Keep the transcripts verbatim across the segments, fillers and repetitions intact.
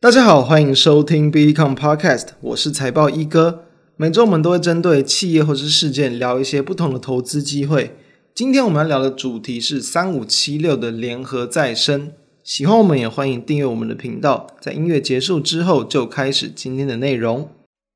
大家好，欢迎收听 B E C O M Podcast， 我是财报一哥。每周我们都会针对企业或是事件聊一些不同的投资机会。今天我们要聊的主题是三五七六的联合再生。喜欢我们也欢迎订阅我们的频道。在音乐结束之后就开始今天的内容。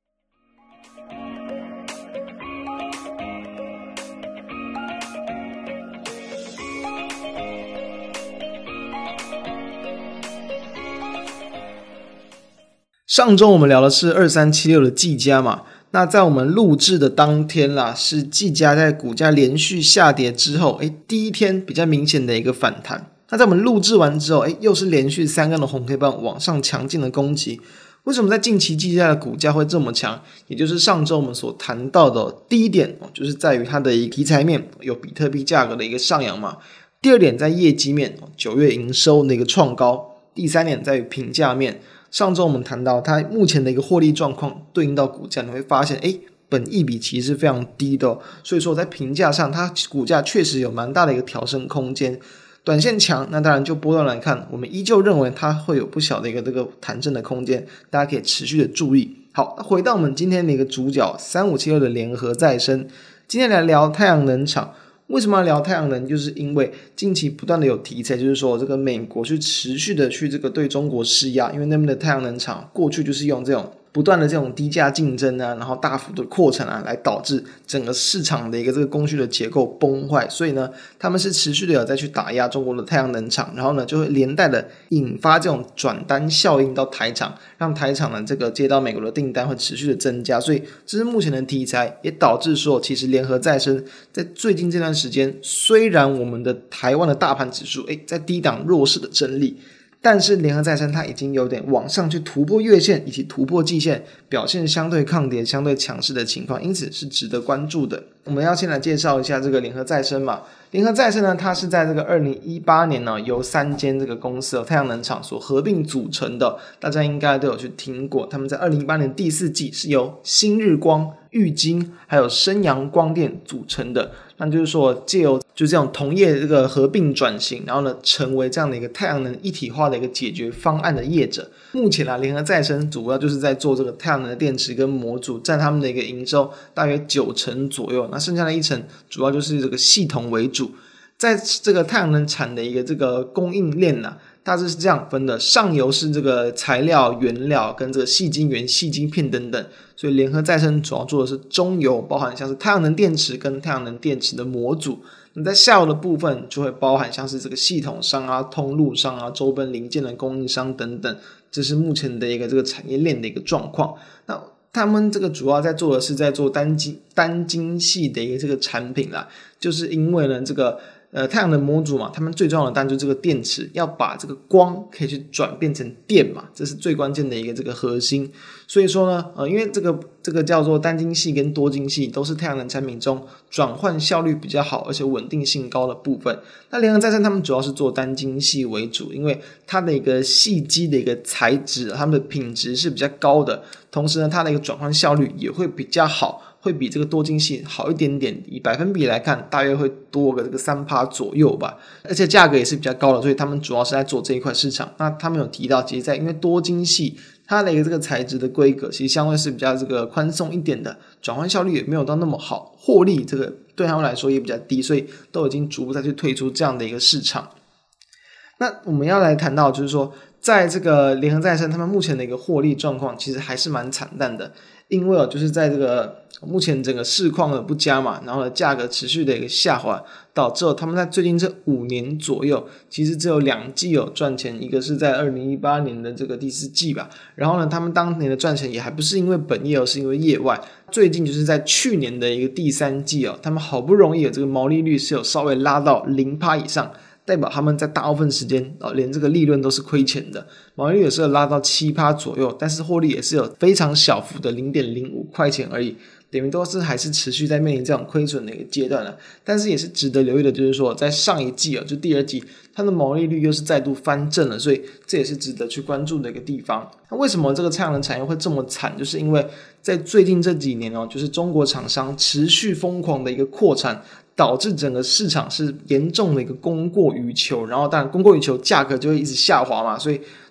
上周我们聊的是二三七六的技嘉嘛，那在我们录制的当天啦，是技嘉在股价连续下跌之后，诶第一天比较明显的一个反弹。那在我们录制完之后，诶又是连续三根的红 K 棒往上强劲的攻击。为什么在近期技嘉的股价会这么强？也就是上周我们所谈到的第一点，就是在于它的一个题材面有比特币价格的一个上扬嘛。第二点在业绩面，九月营收的一个创高。第三点在于评价面。上周我们谈到它目前的一个获利状况对应到股价，你会发现诶本益比其实是非常低的、哦、所以说在评价上它股价确实有蛮大的一个调升空间。短线强，那当然就波段来看，我们依旧认为它会有不小的一个这个弹升的空间，大家可以持续的注意。好，回到我们今天的一个主角三五七六的联合再生，今天来聊太阳能厂。为什么要聊太阳能？就是因为近期不断的有题材，就是说这个美国去持续的去这个对中国施压，因为那边的太阳能厂过去就是用这种不断的这种低价竞争啊，然后大幅的扩产啊，来导致整个市场的一个这个供需的结构崩坏，所以呢，他们是持续的有再去打压中国的太阳能厂，然后呢，就会连带的引发这种转单效应到台厂，让台厂呢这个接到美国的订单会持续的增加，所以这是目前的题材，也导致说其实联合再生在最近这段时间，虽然我们的台湾的大盘指数诶在低档弱势的整理，但是联合再生它已经有点往上去突破月线以及突破季线，表现相对抗跌相对强势的情况，因此是值得关注的。我们要先来介绍一下这个联合再生嘛。联合再生呢，它是在这个二零一八年呢，由三间这个公司、哦、太阳能厂所合并组成的，大家应该都有去听过。他们在二零一八年第四季是由新日光、玉晶还有升阳光电组成的，那就是说借由就这种同业这个合并转型，然后呢成为这样的一个太阳能一体化的一个解决方案的业者。目前啊，联合再生主要就是在做这个太阳能的电池跟模组，占他们的一个营收大约九成左右，那剩下的一成主要就是这个系统为主。在这个太阳能产的一个这个供应链啊，大致是这样分的：上游是这个材料、原料跟这个矽晶圆、矽晶片等等，所以联合再生主要做的是中游，包含像是太阳能电池跟太阳能电池的模组。那在下游的部分就会包含像是这个系统商啊、通路商啊、周边零件的供应商等等，这是目前的一个这个产业链的一个状况。那他们这个主要在做的是在做单晶单晶系的一个这个产品啦，就是因为呢这个呃太阳能模组嘛，他们最重要的当然就是这个电池，要把这个光可以去转变成电嘛，这是最关键的一个这个核心。所以说呢，呃，因为这个这个叫做单晶系跟多晶系都是太阳能产品中转换效率比较好而且稳定性高的部分。那联合再生他们主要是做单晶系为主，因为它的一个矽基的一个材质，它们的品质是比较高的，同时呢，它的一个转换效率也会比较好。会比这个多晶系好一点点，以百分比来看大约会多个这个 百分之三 左右吧，而且价格也是比较高的，所以他们主要是在做这一块市场。那他们有提到其实在因为多晶系它的一个这个材质的规格其实相对是比较这个宽松一点的，转换效率也没有到那么好，获利这个对他们来说也比较低，所以都已经逐步再去退出这样的一个市场。那我们要来谈到就是说在这个联合再生他们目前的一个获利状况其实还是蛮惨淡的，因为、哦、就是在这个目前整个市况的不佳嘛，然后呢价格持续的一个下滑，导致他们在最近这五年左右其实只有两季有赚钱，一个是在二零一八年的这个第四季吧，然后呢他们当年的赚钱也还不是因为本业，而是因为业外。最近就是在去年的一个第三季哦，他们好不容易有这个毛利率是有稍微拉到 百分之零 以上，代表他们在大部分时间、哦、连这个利润都是亏钱的，毛利率也是有拉到 百分之七 左右，但是获利也是有非常小幅的 零点零五块钱而已，等于都是还是持续在面临这种亏损的一个阶段了。但是也是值得留意的，就是说在上一季、哦、就第二季它的毛利率又是再度翻正了，所以这也是值得去关注的一个地方。那为什么这个太阳能产业会这么惨？就是因为在最近这几年哦，就是中国厂商持续疯狂的一个扩产，导致整个市场是严重的一个供过于求，然后当然供过于求，价格就会一直下滑嘛，所以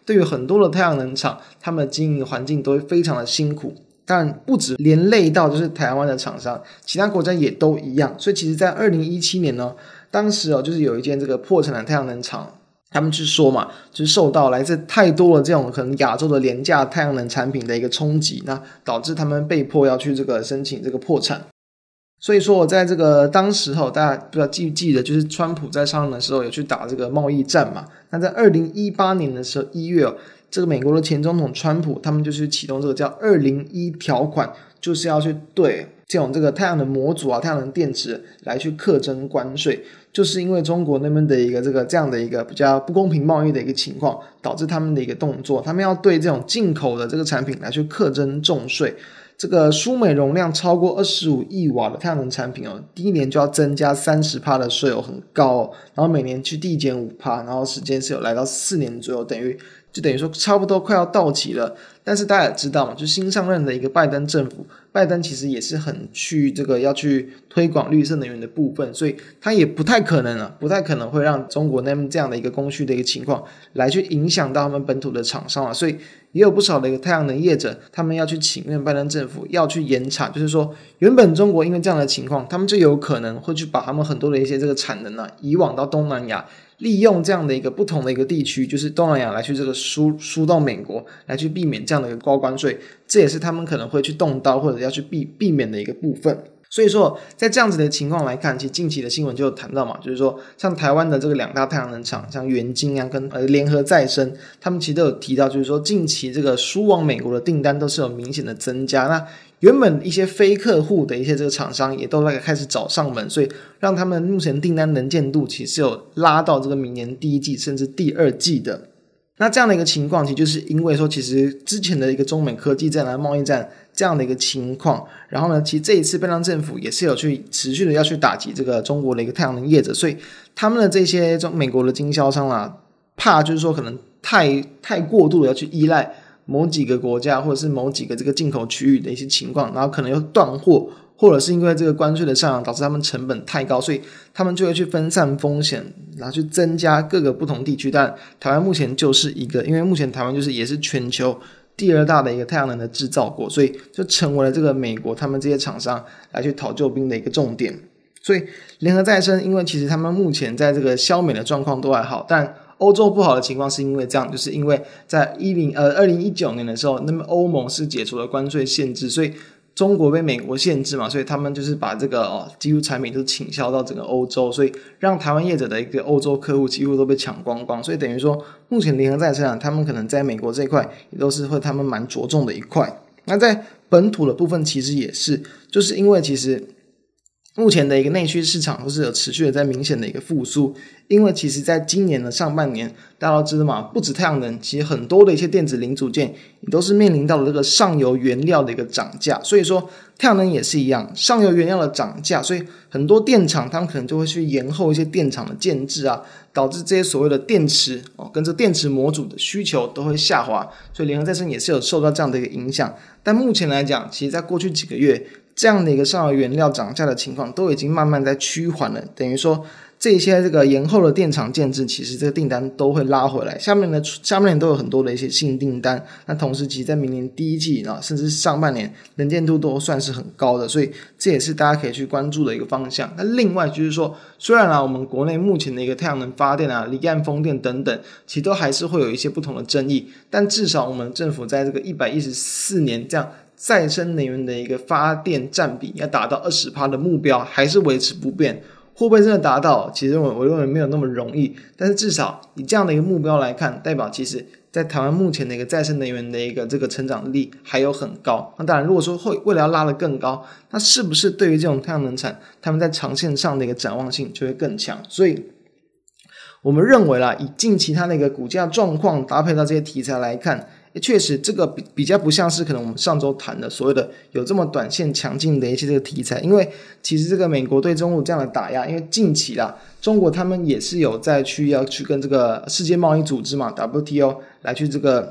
对于很多的太阳能厂，他们的经营环境都会非常的辛苦。但不止连累到就是台湾的厂商，其他国家也都一样。所以其实在二零一七年呢，当时哦就是有一间这个破产的太阳能厂，他们去说嘛，就是受到来自太多的这种可能亚洲的廉价太阳能产品的一个冲击，那导致他们被迫要去这个申请这个破产。所以说我在这个当时候大家不知道记不记得，就是川普在上任的时候有去打这个贸易战嘛。那在二零一八年的时候一月哦，这个美国的前总统川普他们就是启动这个叫二零一条款，就是要去对这种这个太阳能模组啊、太阳能电池来去课征关税，就是因为中国那边的一个这个这样的一个比较不公平贸易的一个情况，导致他们的一个动作，他们要对这种进口的这个产品来去课征重税。这个输美容量超过二十五亿瓦的太阳能产品哦，第一年就要增加 百分之三十 的税哦，很高哦。然后每年去递减 百分之五，然后时间是有来到四年左右，等于就等于说差不多快要到期了。但是大家也知道嘛，就新上任的一个拜登政府，拜登其实也是很去这个要去推广绿色能源的部分，所以他也不太可能啊，不太可能会让中国那边这样的一个供需的一个情况来去影响到他们本土的厂商啊，所以也有不少的一个太阳能业者，他们要去请愿拜登政府要去延产，就是说原本中国因为这样的情况，他们就有可能会去把他们很多的一些这个产能啊移往到东南亚，利用这样的一个不同的一个地区，就是东南亚来去这个输输到美国，来去避免这样的一个高关税，这也是他们可能会去动刀或者要去避避免的一个部分。所以说在这样子的情况来看，其实近期的新闻就有谈到嘛，就是说像台湾的这个两大太阳能厂，像元晶啊跟呃联合再生，他们其实都有提到，就是说近期这个输往美国的订单都是有明显的增加。那原本一些非客户的一些这个厂商也都开始找上门，所以让他们目前订单能见度其实有拉到这个明年第一季甚至第二季的。那这样的一个情况，其实就是因为说，其实之前的一个中美科技战啊、贸易战这样的一个情况，然后呢，其实这一次拜登政府也是有去持续的要去打击这个中国的一个太阳能业者，所以他们的这些中美国的经销商啊，怕就是说可能太太过度的要去依赖某几个国家或者是某几个这个进口区域的一些情况，然后可能又断货，或者是因为这个关税的上涨导致他们成本太高，所以他们就会去分散风险，然后去增加各个不同地区。但台湾目前就是一个，因为目前台湾就是也是全球第二大的一个太阳能的制造国，所以就成为了这个美国他们这些厂商来去讨救兵的一个重点。所以联合再生，因为其实他们目前在这个消美的状况都还好，但欧洲不好的情况是因为这样，就是因为在一零呃二零一九年的时候，那么欧盟是解除了关税限制，所以中国被美国限制嘛，所以他们就是把这个哦几乎产品都倾销到整个欧洲，所以让台湾业者的一个欧洲客户几乎都被抢光光，所以等于说目前联合再生啊，他们可能在美国这一块也都是会他们蛮着重的一块。那在本土的部分其实也是，就是因为其实目前的一个内需市场都是有持续的在明显的一个复苏，因为其实在今年的上半年大家都知道嘛，不止太阳能，其实很多的一些电子零组件也都是面临到了这个上游原料的一个涨价，所以说太阳能也是一样，上游原料的涨价，所以很多电厂他们可能就会去延后一些电厂的建制啊，导致这些所谓的电池哦跟这电池模组的需求都会下滑，所以联合再生也是有受到这样的一个影响。但目前来讲，其实在过去几个月这样的一个上游原料涨价的情况都已经慢慢在趋缓了，等于说这些这个延后的电厂建制，其实这个订单都会拉回来，下面的下面都有很多的一些新订单，那同时其实在明年第一季啊，甚至上半年能见度都算是很高的，所以这也是大家可以去关注的一个方向。那另外就是说，虽然啊我们国内目前的一个太阳能发电啊、离岸风电等等，其实都还是会有一些不同的争议，但至少我们政府在这个一百一十四年这样再生能源的一个发电占比要达到 百分之二十 的目标还是维持不变，会不会真的达到，其实我认为没有那么容易，但是至少以这样的一个目标来看，代表其实在台湾目前的一个再生能源的一个这个成长力还有很高。那当然如果说会为了要拉得更高，那是不是对于这种太阳能产他们在长线上的一个展望性就会更强，所以我们认为啦，以近期它的一个股价状况搭配到这些题材来看，确实这个 比, 比较不像是可能我们上周谈的所谓的有这么短线强劲的一些这个题材，因为其实这个美国对中国这样的打压，因为近期啦中国他们也是有在去要去跟这个世界贸易组织嘛 W T O 来去这个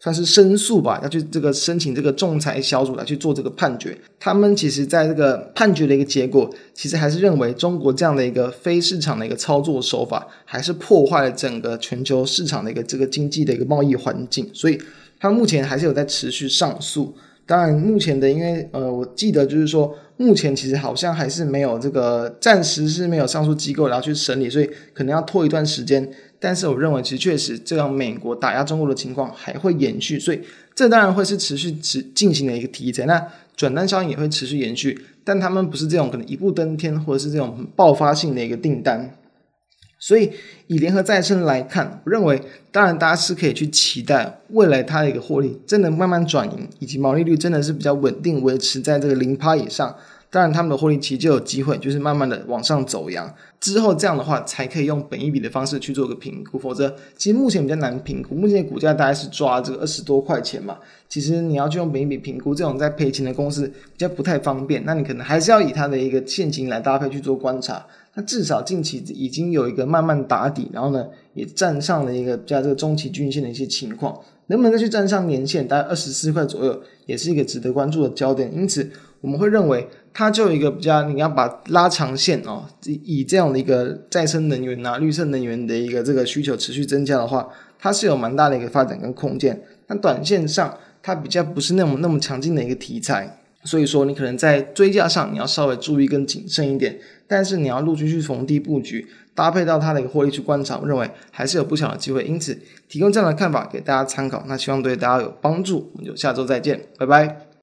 算是申诉吧，要去这个申请这个仲裁小组来去做这个判决。他们其实在这个判决的一个结果，其实还是认为中国这样的一个非市场的一个操作手法，还是破坏了整个全球市场的一个这个经济的一个贸易环境，所以他们目前还是有在持续上诉。当然目前的因为呃，我记得就是说目前其实好像还是没有这个暂时是没有上诉机构然后去审理，所以可能要拖一段时间。但是我认为其实确实这样美国打压中国的情况还会延续，所以这当然会是持续进行的一个题材。那转单效应也会持续延续，但他们不是这种可能一步登天或者是这种爆发性的一个订单。所以以联合再生来看，我认为当然大家是可以去期待未来它的一个获利真的慢慢转盈，以及毛利率真的是比较稳定维持在这个 百分之零 以上，当然他们的获利其实就有机会就是慢慢的往上走扬，之后这样的话才可以用本益比的方式去做个评估，否则其实目前比较难评估。目前的股价大概是抓这个二十多块钱嘛，其实你要去用本益比评估这种在赔钱的公司比较不太方便，那你可能还是要以它的一个现金来搭配去做观察。那至少近期已经有一个慢慢打底，然后呢也站上了一个比较这个中期均线的一些情况，能不能再去站上年线大概二十四块左右，也是一个值得关注的焦点。因此我们会认为它就有一个比较，你要把拉长线哦，以这样的一个再生能源啊、绿色能源的一个这个需求持续增加的话，它是有蛮大的一个发展跟空间。那短线上它比较不是那么那么强劲的一个题材，所以说你可能在追价上你要稍微注意跟谨慎一点，但是你要陆续去逢低布局，搭配到它的一个获利去观察，我认为还是有不小的机会。因此提供这样的看法给大家参考，那希望对大家有帮助。我们就下周再见，拜拜。